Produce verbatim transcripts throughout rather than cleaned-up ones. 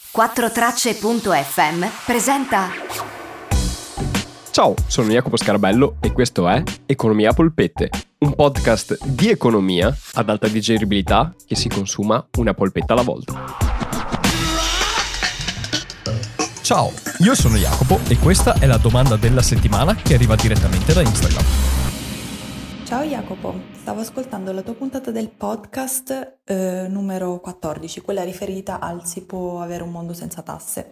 quattro tracce punto effe emme presenta. Ciao, sono Jacopo Scarabello e questo è Economia a polpette, un podcast di economia ad alta digeribilità che si consuma una polpetta alla volta. Ciao, io sono Jacopo e questa è la domanda della settimana che arriva direttamente da Instagram. Ciao Jacopo, stavo ascoltando la tua puntata del podcast eh, numero quattordici, quella riferita al si può avere un mondo senza tasse.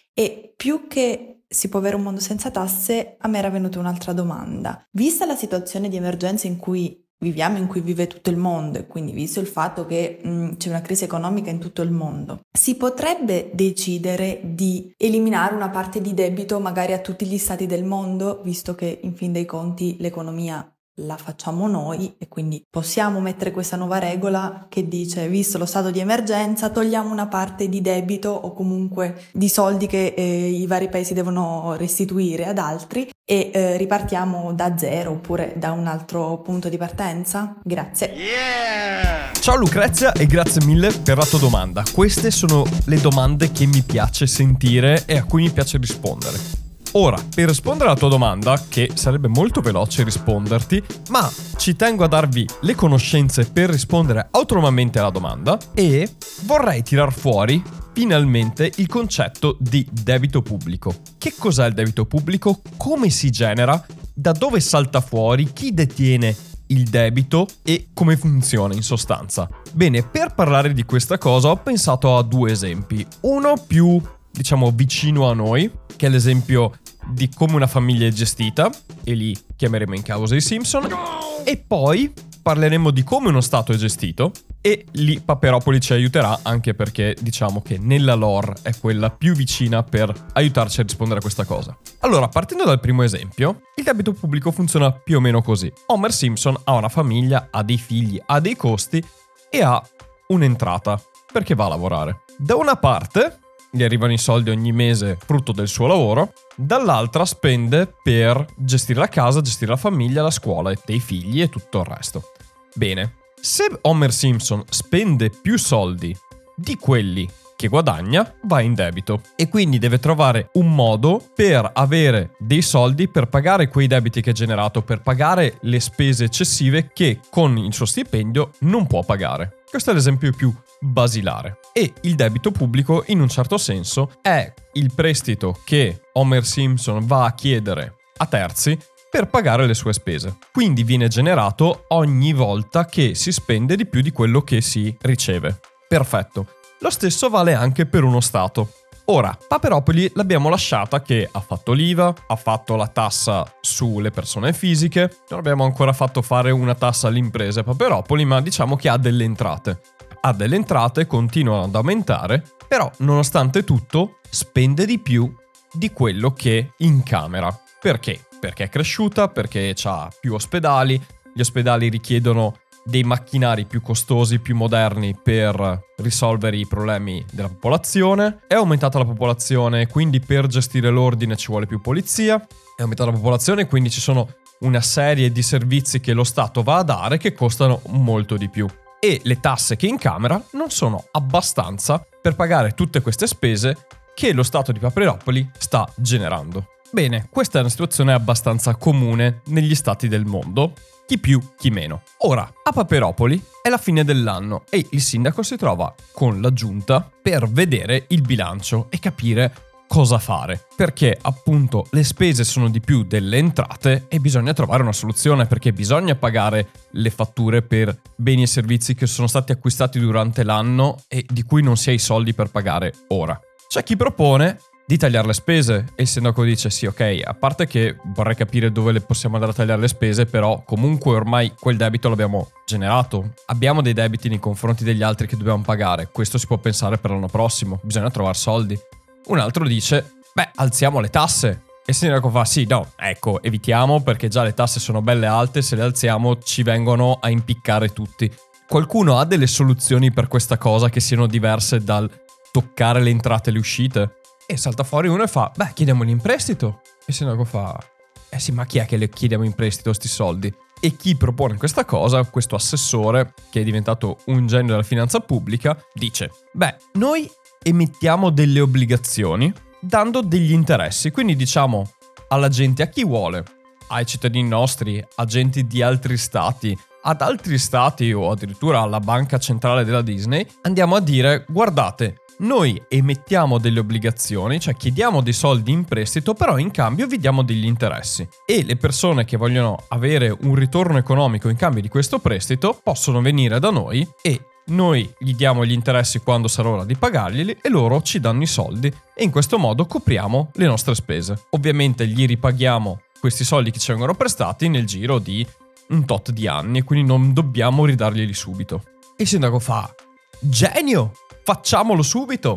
E più che si può avere un mondo senza tasse, a me era venuta un'altra domanda. Vista la situazione di emergenza in cui viviamo, in cui vive tutto il mondo, e quindi visto il fatto che mh, c'è una crisi economica in tutto il mondo, si potrebbe decidere di eliminare una parte di debito magari a tutti gli stati del mondo, visto che in fin dei conti l'economia la facciamo noi e quindi possiamo mettere questa nuova regola che dice, visto lo stato di emergenza, togliamo una parte di debito o comunque di soldi che eh, i vari paesi devono restituire ad altri e eh, ripartiamo da zero oppure da un altro punto di partenza? Grazie. Yeah! Ciao Lucrezia e grazie mille per la tua domanda. Queste sono le domande che mi piace sentire e a cui mi piace rispondere. Ora, per rispondere alla tua domanda, che sarebbe molto veloce risponderti, ma ci tengo a darvi le conoscenze per rispondere autonomamente alla domanda e vorrei tirar fuori finalmente il concetto di debito pubblico. Che cos'è il debito pubblico? Come si genera? Da dove salta fuori? Chi detiene il debito e come funziona in sostanza? Bene, per parlare di questa cosa ho pensato a due esempi. Uno più, diciamo, vicino a noi, che è l'esempio di come una famiglia è gestita, e lì chiameremo in causa i Simpson, e poi parleremo di come uno stato è gestito, e lì Paperopoli ci aiuterà, anche perché diciamo che nella lore è quella più vicina per aiutarci a rispondere a questa cosa. Allora, partendo dal primo esempio, il debito pubblico funziona più o meno così. Homer Simpson ha una famiglia, ha dei figli, ha dei costi e ha un'entrata, perché va a lavorare. Da una parte gli arrivano i soldi ogni mese frutto del suo lavoro, dall'altra spende per gestire la casa, gestire la famiglia, la scuola, dei figli e tutto il resto. Bene, se Homer Simpson spende più soldi di quelli che guadagna, va in debito e quindi deve trovare un modo per avere dei soldi per pagare quei debiti che ha generato, per pagare le spese eccessive che con il suo stipendio non può pagare. Questo è l'esempio più basilare. E il debito pubblico, in un certo senso, è il prestito che Homer Simpson va a chiedere a terzi per pagare le sue spese. Quindi viene generato ogni volta che si spende di più di quello che si riceve. Perfetto. Lo stesso vale anche per uno Stato. Ora, Paperopoli l'abbiamo lasciata che ha fatto l'I V A, ha fatto la tassa sulle persone fisiche, non abbiamo ancora fatto fare una tassa alle imprese Paperopoli, ma diciamo che ha delle entrate. Ha delle entrate, continuano ad aumentare, però nonostante tutto spende di più di quello che incamera. Perché? Perché è cresciuta, perché ha più ospedali, gli ospedali richiedono dei macchinari più costosi, più moderni per risolvere i problemi della popolazione. È aumentata la popolazione, quindi per gestire l'ordine ci vuole più polizia. È aumentata la popolazione, quindi ci sono una serie di servizi che lo Stato va a dare che costano molto di più. E le tasse che incamera non sono abbastanza per pagare tutte queste spese che lo Stato di Paperopoli sta generando. Bene, questa è una situazione abbastanza comune negli stati del mondo. Chi più, chi meno. Ora, a Paperopoli è la fine dell'anno e il sindaco si trova con la giunta per vedere il bilancio e capire cosa fare. Perché appunto le spese sono di più delle entrate e bisogna trovare una soluzione, perché bisogna pagare le fatture per beni e servizi che sono stati acquistati durante l'anno e di cui non si ha i soldi per pagare ora. C'è chi propone di tagliare le spese e il sindaco dice sì, ok, a parte che vorrei capire dove le possiamo andare a tagliare le spese, però comunque ormai quel debito l'abbiamo generato, abbiamo dei debiti nei confronti degli altri che dobbiamo pagare, questo si può pensare per l'anno prossimo, bisogna trovare soldi. Un altro dice beh, alziamo le tasse e il sindaco fa sì, no, ecco, evitiamo perché già le tasse sono belle alte, se le alziamo ci vengono a impiccare tutti. Qualcuno ha delle soluzioni per questa cosa che siano diverse dal toccare le entrate e le uscite? E salta fuori uno e fa beh, chiediamogli in prestito. E il sindaco fa eh sì, ma chi è che le chiediamo in prestito sti soldi? E chi propone questa cosa, questo assessore che è diventato un genio della finanza pubblica, dice beh, noi emettiamo delle obbligazioni dando degli interessi. Quindi diciamo alla gente, a chi vuole, ai cittadini nostri, a gente di altri stati, ad altri stati o addirittura alla banca centrale della Disney, andiamo a dire: guardate, noi emettiamo delle obbligazioni, cioè chiediamo dei soldi in prestito, però in cambio vi diamo degli interessi. E le persone che vogliono avere un ritorno economico in cambio di questo prestito possono venire da noi e noi gli diamo gli interessi quando sarà ora di pagarglieli e loro ci danno i soldi e in questo modo copriamo le nostre spese. Ovviamente gli ripaghiamo questi soldi che ci vengono prestati nel giro di un tot di anni e quindi non dobbiamo ridarglieli subito. E il sindaco fa: genio! Facciamolo subito!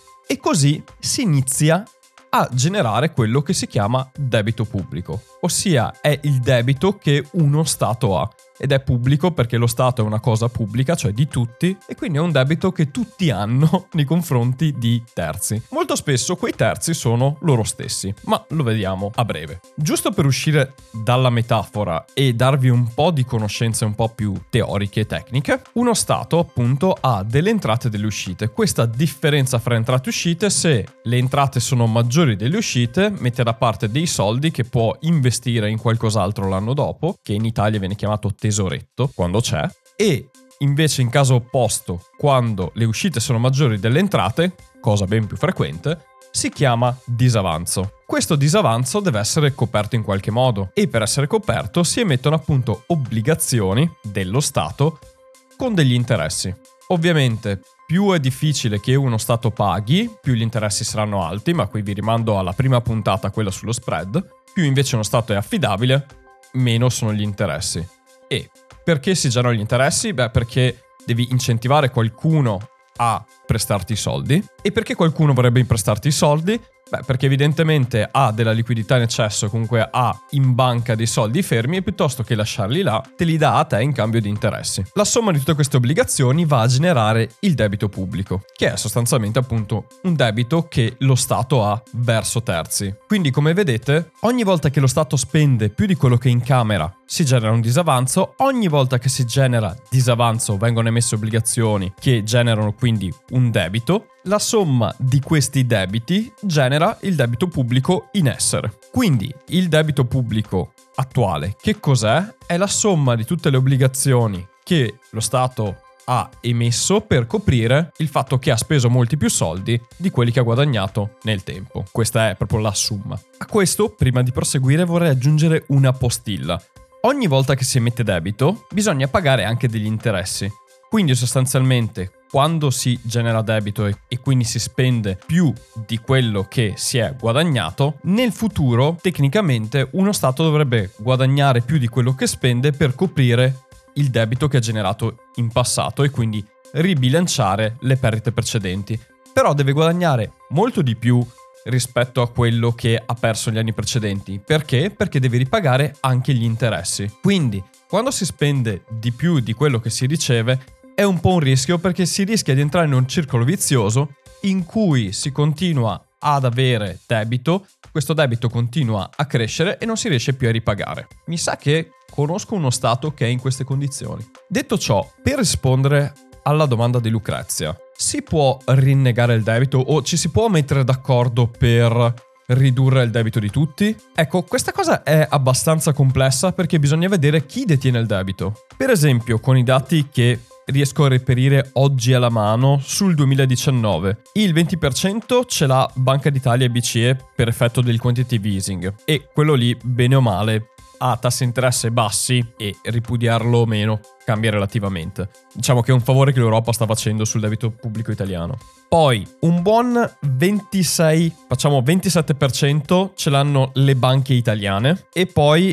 E così si inizia a generare quello che si chiama debito pubblico, ossia è il debito che uno Stato ha. Ed è pubblico perché lo Stato è una cosa pubblica, cioè di tutti, e quindi è un debito che tutti hanno nei confronti di terzi. Molto spesso quei terzi sono loro stessi, ma lo vediamo a breve. Giusto per uscire dalla metafora e darvi un po' di conoscenze un po' più teoriche e tecniche, uno Stato appunto ha delle entrate e delle uscite. Questa differenza fra entrate e uscite, se le entrate sono maggiori delle uscite, mette da parte dei soldi che può investire in qualcos'altro l'anno dopo, che in Italia viene chiamato tesoretto quando c'è, e invece in caso opposto, quando le uscite sono maggiori delle entrate, cosa ben più frequente, si chiama disavanzo. Questo disavanzo deve essere coperto in qualche modo e per essere coperto si emettono appunto obbligazioni dello Stato con degli interessi. Ovviamente più è difficile che uno Stato paghi, più gli interessi saranno alti, ma qui vi rimando alla prima puntata, quella sullo spread. Più invece uno Stato è affidabile, meno sono gli interessi. E perché si generano gli interessi? Beh, perché devi incentivare qualcuno a prestarti i soldi. E perché qualcuno vorrebbe prestarti i soldi? Beh, perché evidentemente ha della liquidità in eccesso, comunque ha in banca dei soldi fermi e piuttosto che lasciarli là, te li dà a te in cambio di interessi. La somma di tutte queste obbligazioni va a generare il debito pubblico, che è sostanzialmente appunto un debito che lo Stato ha verso terzi. Quindi, come vedete, ogni volta che lo Stato spende più di quello che incamera, si genera un disavanzo. Ogni volta che si genera disavanzo vengono emesse obbligazioni che generano quindi un debito. La somma di questi debiti genera il debito pubblico in essere. Quindi il debito pubblico attuale che cos'è? È la somma di tutte le obbligazioni che lo Stato ha emesso per coprire il fatto che ha speso molti più soldi di quelli che ha guadagnato nel tempo. Questa è proprio la somma. A questo, prima di proseguire, vorrei aggiungere una postilla. Ogni volta che si emette debito bisogna pagare anche degli interessi. Quindi sostanzialmente quando si genera debito e, e quindi si spende più di quello che si è guadagnato, nel futuro tecnicamente uno Stato dovrebbe guadagnare più di quello che spende per coprire il debito che ha generato in passato e quindi ribilanciare le perdite precedenti. Però deve guadagnare molto di più rispetto a quello che ha perso negli anni precedenti. Perché? Perché deve ripagare anche gli interessi. Quindi quando si spende di più di quello che si riceve è un po' un rischio, perché si rischia di entrare in un circolo vizioso in cui si continua ad avere debito, questo debito continua a crescere e non si riesce più a ripagare. Mi sa che conosco uno Stato che è in queste condizioni. Detto ciò, per rispondere alla domanda di Lucrezia, si può rinnegare il debito o ci si può mettere d'accordo per ridurre il debito di tutti? Ecco, questa cosa è abbastanza complessa perché bisogna vedere chi detiene il debito. Per esempio, con i dati che riesco a reperire oggi alla mano sul duemiladiciannove, il venti per cento ce l'ha Banca d'Italia e B C E per effetto del quantitative easing e quello lì, bene o male, ha tassi di interesse bassi e ripudiarlo o meno cambia relativamente. Diciamo che è un favore che l'Europa sta facendo sul debito pubblico italiano. Poi un buon ventisei, facciamo ventisette per cento ce l'hanno le banche italiane e poi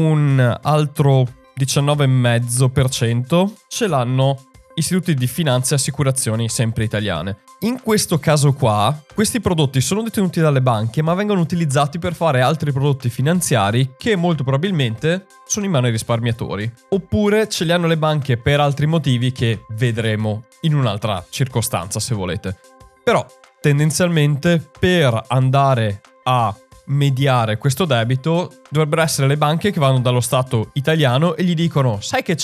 un altro diciannove virgola cinque per cento ce l'hanno istituti di finanza e assicurazioni sempre italiane. In questo caso qua, questi prodotti sono detenuti dalle banche ma vengono utilizzati per fare altri prodotti finanziari che molto probabilmente sono in mano ai risparmiatori. Oppure ce li hanno le banche per altri motivi che vedremo in un'altra circostanza se volete. Però tendenzialmente per andare a mediare questo debito dovrebbero essere le banche che vanno dallo Stato italiano e gli dicono: sai che c'è?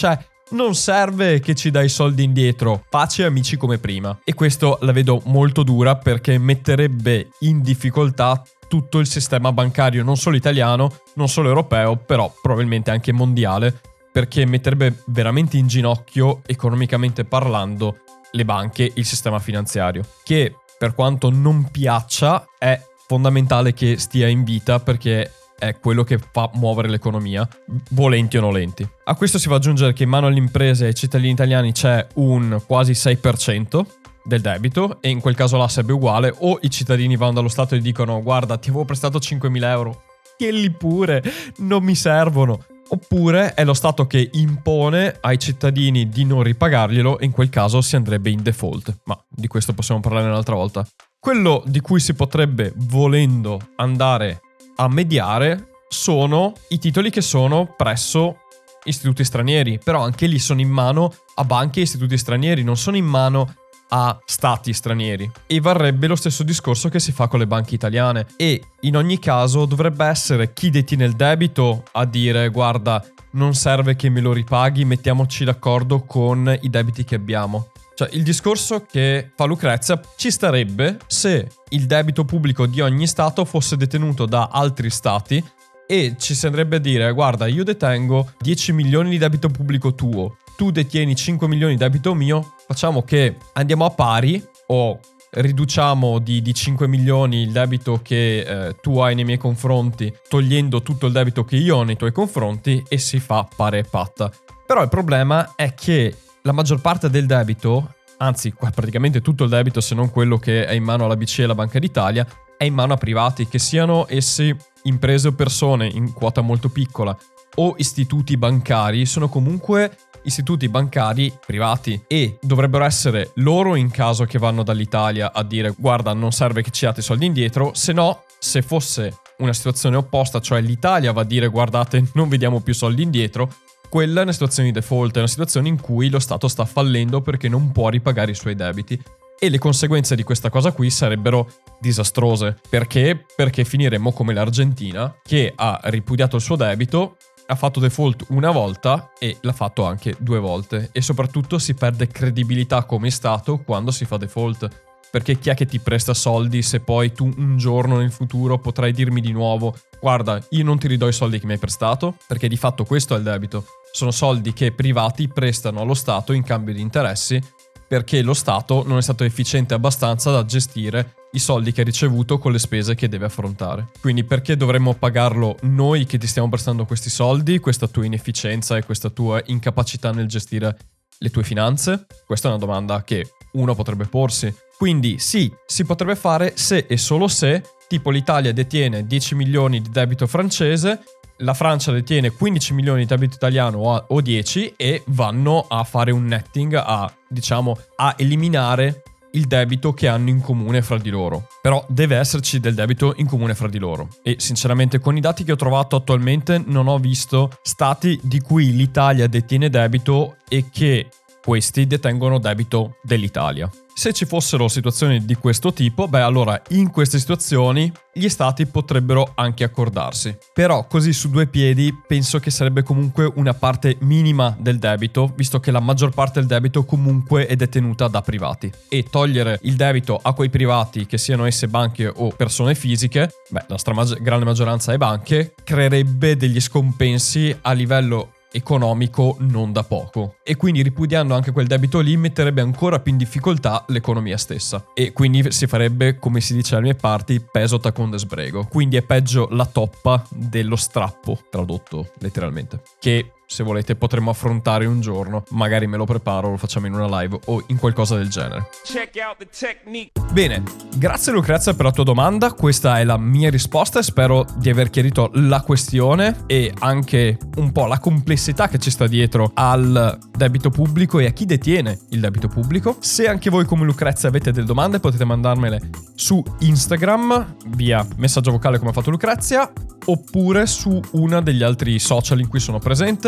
non serve che ci dai soldi indietro, pace e amici come prima. E questo la vedo molto dura perché metterebbe in difficoltà tutto il sistema bancario, non solo italiano, non solo europeo, però probabilmente anche mondiale, perché metterebbe veramente in ginocchio, economicamente parlando, le banche, il sistema finanziario, che per quanto non piaccia è fondamentale che stia in vita perché è quello che fa muovere l'economia, volenti o nolenti. A questo si va ad aggiungere che in mano alle imprese e ai cittadini italiani c'è un quasi sei per cento del debito, e in quel caso là sarebbe uguale, o i cittadini vanno dallo Stato e gli dicono guarda ti avevo prestato cinquemila euro, tienili pure, non mi servono, oppure è lo Stato che impone ai cittadini di non ripagarglielo e in quel caso si andrebbe in default, ma di questo possiamo parlare un'altra volta. Quello di cui si potrebbe, volendo, andare a mediare sono i titoli che sono presso istituti stranieri, però anche lì sono in mano a banche e istituti stranieri, non sono in mano a stati stranieri, e varrebbe lo stesso discorso che si fa con le banche italiane, e in ogni caso dovrebbe essere chi detiene il debito a dire guarda non serve che me lo ripaghi, mettiamoci d'accordo con i debiti che abbiamo. Cioè il discorso che fa Lucrezia ci starebbe se il debito pubblico di ogni stato fosse detenuto da altri stati e ci si andrebbe a dire guarda io detengo dieci milioni di debito pubblico tuo, tu detieni cinque milioni di debito mio, facciamo che andiamo a pari o riduciamo di, di cinque milioni il debito che eh, tu hai nei miei confronti togliendo tutto il debito che io ho nei tuoi confronti e si fa pari e patta. Però il problema è che la maggior parte del debito, anzi praticamente tutto il debito se non quello che è in mano alla B C E e alla Banca d'Italia, è in mano a privati, che siano essi imprese o persone in quota molto piccola o istituti bancari, sono comunque istituti bancari privati e dovrebbero essere loro in caso che vanno dall'Italia a dire guarda non serve che ci date i soldi indietro, se no se fosse una situazione opposta, cioè l'Italia va a dire guardate non vi diamo più soldi indietro, quella è una situazione di default, è una situazione in cui lo Stato sta fallendo perché non può ripagare i suoi debiti. E le conseguenze di questa cosa qui sarebbero disastrose. Perché? Perché finiremmo come l'Argentina, che ha ripudiato il suo debito, ha fatto default una volta e l'ha fatto anche due volte. E soprattutto si perde credibilità come Stato quando si fa default. Perché chi è che ti presta soldi se poi tu un giorno nel futuro potrai dirmi di nuovo guarda, io non ti ridò i soldi che mi hai prestato? Perché di fatto questo è il debito. Sono soldi che privati prestano allo Stato in cambio di interessi perché lo Stato non è stato efficiente abbastanza da gestire i soldi che ha ricevuto con le spese che deve affrontare. Quindi perché dovremmo pagarlo noi che ti stiamo prestando questi soldi, questa tua inefficienza e questa tua incapacità nel gestire le tue finanze? Questa è una domanda che uno potrebbe porsi. Quindi sì, si potrebbe fare se e solo se, tipo l'Italia detiene dieci milioni di debito francese, la Francia detiene quindici milioni di debito italiano o dieci e vanno a fare un netting, a diciamo a eliminare il debito che hanno in comune fra di loro. Però deve esserci del debito in comune fra di loro. E sinceramente con i dati che ho trovato attualmente non ho visto stati di cui l'Italia detiene debito e che questi detengono debito dell'Italia. Se ci fossero situazioni di questo tipo, beh allora in queste situazioni gli stati potrebbero anche accordarsi. Però così su due piedi penso che sarebbe comunque una parte minima del debito, visto che la maggior parte del debito comunque è detenuta da privati. E togliere il debito a quei privati, che siano esse banche o persone fisiche, beh la stragrande maggioranza è banche, creerebbe degli scompensi a livello economico non da poco, e quindi ripudiando anche quel debito lì metterebbe ancora più in difficoltà l'economia stessa, e quindi si farebbe, come si dice alle mie parti, peso tacon de sbrego. Quindi è peggio la toppa dello strappo, tradotto letteralmente, che se volete potremmo affrontare un giorno, magari me lo preparo, lo facciamo in una live o in qualcosa del genere. Check out the technique. Bene, grazie Lucrezia per la tua domanda, questa è la mia risposta e spero di aver chiarito la questione e anche un po' la complessità che ci sta dietro al debito pubblico e a chi detiene il debito pubblico. Se anche voi come Lucrezia avete delle domande potete mandarmele su Instagram via messaggio vocale come ha fatto Lucrezia, oppure su uno degli altri social in cui sono presente.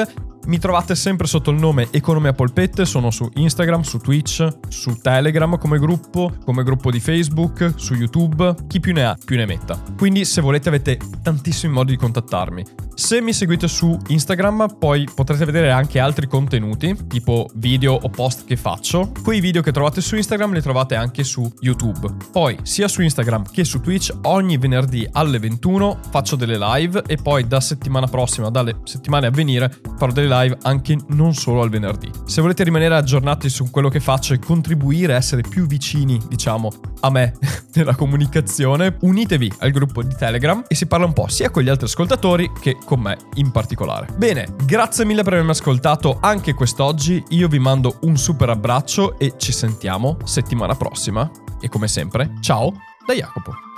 Mi trovate sempre sotto il nome Economia Polpette, sono su Instagram, su Twitch, su Telegram come gruppo, come gruppo di Facebook, su YouTube, chi più ne ha più ne metta. Quindi se volete avete tantissimi modi di contattarmi. Se mi seguite su Instagram poi potrete vedere anche altri contenuti, tipo video o post che faccio. Quei video che trovate su Instagram li trovate anche su YouTube. Poi sia su Instagram che su Twitch ogni venerdì alle ventuno faccio delle live e poi da settimana prossima, dalle settimane a venire, farò delle live anche non solo al venerdì. Se volete rimanere aggiornati su quello che faccio e contribuire a essere più vicini, diciamo, a me nella comunicazione, unitevi al gruppo di Telegram e si parla un po' sia con gli altri ascoltatori che con me in particolare. Bene, grazie mille per avermi ascoltato anche quest'oggi, io vi mando un super abbraccio e ci sentiamo settimana prossima e come sempre, ciao da Jacopo.